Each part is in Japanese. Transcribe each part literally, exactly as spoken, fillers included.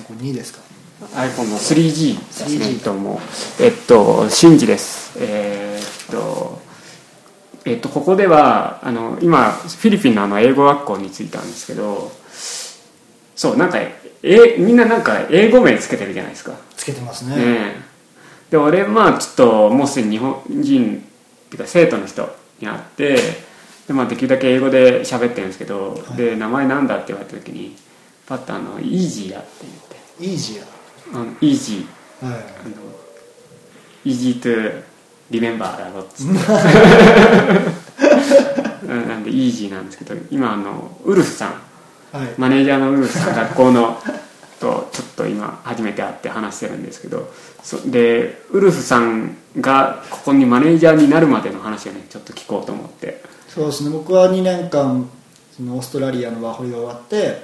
iPhone ツー ですか？ iPhone の スリージー ですね。ともえっとシンジです。えー、っとえっとここではあの今フィリピンのあの英語学校に着いたんですけど、そうなんかえみんななんか英語名つけてるじゃないですか。 つけてますね。 ねで俺まあちょっともうすでに日本人っていうか生徒の人に会ってで、まあ、できるだけ英語で喋ってるんですけど、はい、で名前なんだって言われた時にパッとあのイージーやって言って。 イージーやあのイージー、はい、あのイージートゥリメンバーだろっつってなんでイージーなんですけど、今あのウルフさん、はい、マネージャーのウルフさん学校のとちょっと今初めて会って話してるんですけど、そでウルフさんがここにマネージャーになるまでの話をねちょっと聞こうと思って。 そうですね、僕はにねんかんそのオーストラリアのワーホリが終わって、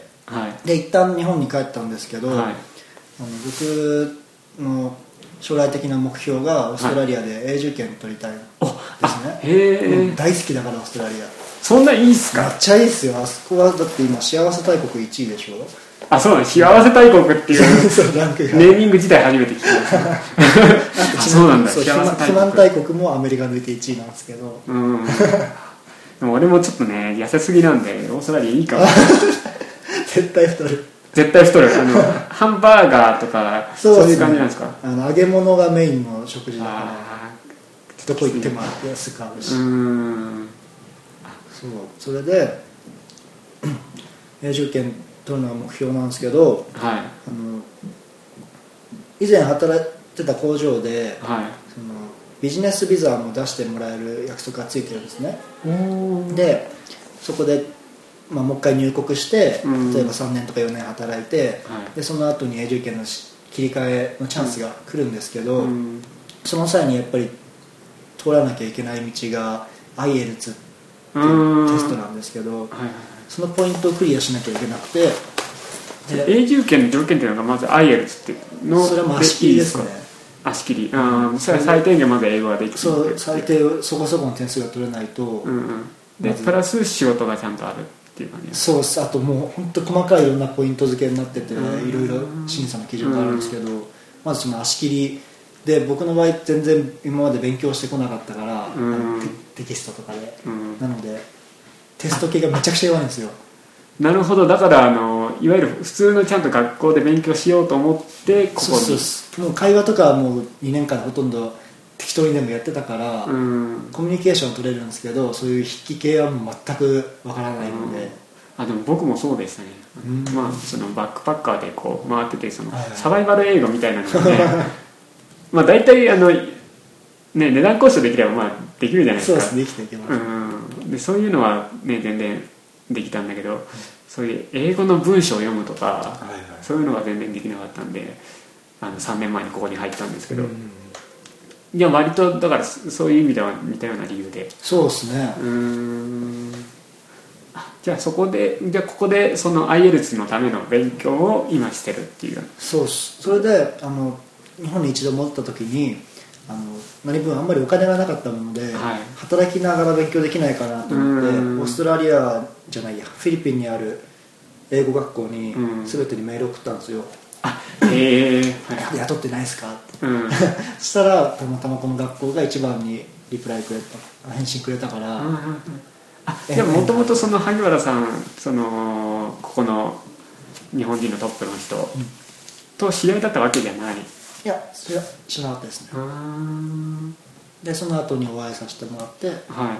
はい、で一旦日本に帰ったんですけど、はい、あの僕の将来的な目標がオーストラリアで永住権取りたいですね、はい、へー、大好きだからオーストラリア。 そんないいっすか？ めっちゃいいっすよ。あそこはだって今幸せ大国いちいでしょ。 あ、そうなの、幸せ大国っていうそうランクがネーミング自体初めて聞きましたあそうなんだ。 そう不満大国もアメリカ抜いていちいなんですけど、うんでも俺もちょっとね痩せすぎなんでオーストラリアいいかも絶対太る絶対太る。あのハンバーガーとかそういう感じなんですか？ あの揚げ物がメインの食事だからどこ行っても安く買うし。うーんそうそれで永住権取るのが目標なんですけど、はい、あの以前働いてた工場で、はい、そのビジネスビザも出してもらえる約束がついてるんですね。でそこで、まあ、もう一回入国して例えばさんねんとかよねん働いて、はい、でその後に永住権の切り替えのチャンスが来るんですけど、その際にやっぱり通らなきゃいけない道が アイエルツ っていうテストなんですけど、はい、そのポイントをクリアしなきゃいけなくて、 永住権の条件っていうのがまず アイエルツ ってのそれはもう足切りですね。 足切り、あ、それは最低限まず英語ができる。 そう最低そこそこの点数が取れないと、うんうん、 でプラス仕事がちゃんとあるっていう感じ。 そうです。あともう本当細かいいろんなポイント付けになってて、いろいろ審査の基準があるんですけど、まずその足切りで僕の場合全然今まで勉強してこなかったから、テ, テキストとかで、なのでテスト系がめちゃくちゃ弱いんですよ。 なるほど。だからあのいわゆる普通のちゃんと学校で勉強しようと思ってここに。そうそうそう。 もう会話とかはもうにねんかんほとんど適当にでもやってたから、うん、コミュニケーションは取れるんですけど、そういう筆記系はもう全くわからないので、 うん、あでも僕もそうでしたね、うん、まあそのバックパッカーでこう回っててそのサバイバル英語みたいなので、ね、まあ大体あの、ね、値段交渉できればまあできるじゃないですか。 そうです、できていきます、 うん、でそういうのはね全然できたんだけど、うん、そういう英語の文章を読むとか、はいはい、そういうのが全然できなかったんで、あのさんねんまえにここに入ったんですけど、うん、いや割とだからそういう意味では似たような理由で。 そうですね。 うーん、じゃあそこでじゃあここでその アイエルツ のための勉強を今してるっていう。 そうっす。それであの日本に一度戻った時にあの何分あんまりお金がなかったもので、はい、働きながら勉強できないかなと思って、オーストラリアじゃないやフィリピンにある英語学校に全てにメールを送ったんですよ。 あ、へえ、 雇ってないですかって、うん、そしたらたまたまこの学校が一番にリプライくれた返信くれたから、うんうんうん、 あでももともとその萩原さんそのここの日本人のトップの人と知り合いだったわけじゃない？ いや、それは知らなかったですね。でその後にお会いさせてもらって、はい、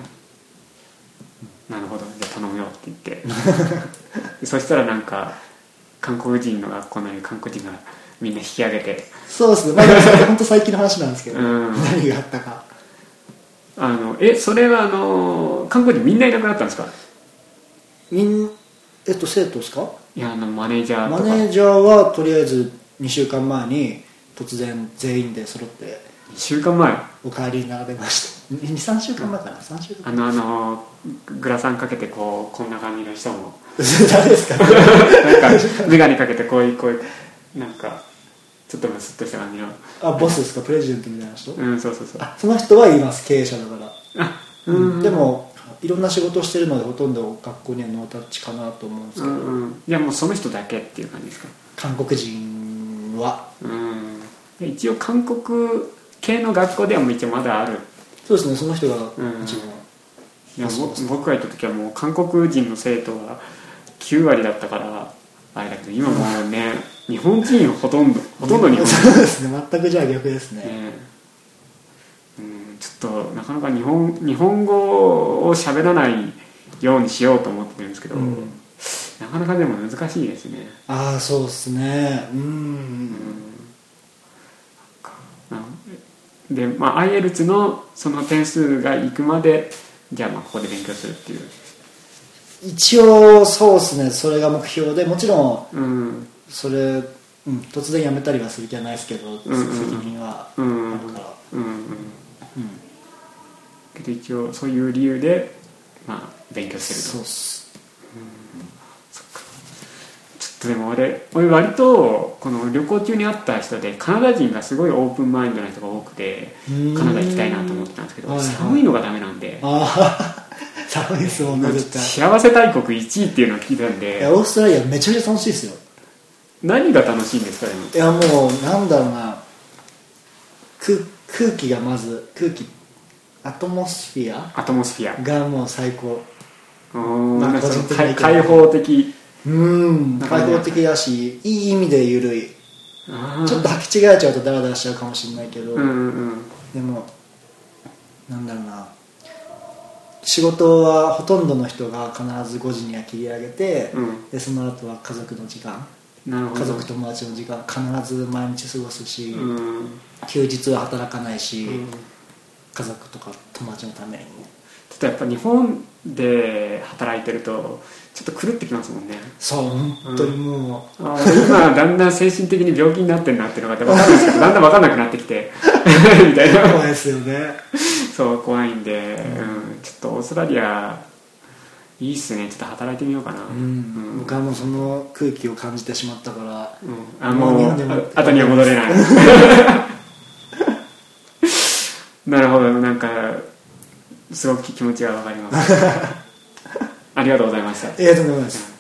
なるほど、じゃあ頼むよって言ってそしたらなんか韓国人の学校の韓国人がみんな引き上げて。 そうですね、まあ、本当最近の話なんですけど、うん、何があったか。 あのえそれはあの韓国人みんないなくなったんですか？ みんえっと生徒ですか？ いやあのマネージャーとか。 マネージャーはとりあえずにしゅうかんまえに突然全員で揃ってにしゅうかんまえお帰りになられました。 にさんしゅうかんまえかな、さんしゅうかんまえ。 あのあのグラサンかけてこうこんな感じの人も誰ですか？ なんか眼鏡かけてこういうこういうなんかちょっとムスッとした感じの。 あ、ボスですか？プレジデントみたいな人？ うん、そうそうそう。 あ、その人はいます、経営者だから。あ、うん、でもいろんな仕事をしてるのでほとんど学校にはノータッチかなと思うんですけど、うんうん、 いやもうその人だけっていう感じですか？ 韓国人分は。 うん一応韓国系の学校ではもう一応まだある。 そうですね、その人が一番、 いや僕が行った時はもう韓国人の生徒がきゅうわりだったからあれだけど、今もうね日本人ほとんどほとんど日本人そうですね、全くじゃあ逆ですね。 ねうん、ちょっとなかなか日本日本語を喋らないようにしようと思ってるんですけど、うん、なかなかでも難しいですね。 ああそうですね。うん、うんで、まあ、アイエルツ のその点数がいくまでじゃあまあここで勉強するっていう。 一応そうですね、それが目標で、もちろん、うん、それ、うん、突然やめたりはする気はないですけど、うんうん、責任はあるから、うんうんうん、 けど一応そういう理由で、まあ、勉強すると。 そうっす、うん、 そっか。ちょっとでも俺俺割とこの旅行中に会った人でカナダ人がすごいオープンマインドな人が多くて、カナダ行きたいなと思ってたんですけど、はいはい、寒いのがダメなんで。あ寒いですもんね、絶対。 幸せ大国いちいっていうのを聞いたんで。 いやオーストラリアめちゃめちゃ楽しいですよ。 何が楽しいんですかね。 いやもうなんだろうな、空, 空気がまず空気アトモスフィアアトモスフィアがもう最高。 まあ、個人的に開放的、 うん開放的だし、いい意味で緩い。ちょっと履き違えちゃうとダラダラしちゃうかもしれないけど、うんうんうん、でもなんだろうな、仕事はほとんどの人が必ずごじには切り上げて、うん、でその後は家族の時間、家族友達の時間必ず毎日過ごすし、うん、休日は働かないし、うん、家族とか友達のために。 ちょっとやっぱ日本で働いてるとちょっと狂ってきますもんね。 そう本当にもう、うん、 あ今だんだん精神的に病気になってるなっていうのが分かるんですけどだんだん分かんなくなってきてみたいな。 怖いですよね。 そう怖いんで、うん、ちょっとオーストラリアいいっすね。ちょっと働いてみようかな、うんうん、 僕はもうその空気を感じてしまったから、 うん、あもう後には戻れないなるほど、なんかすごく気持ちが分かりますありがとうございました。 ありがとうございます。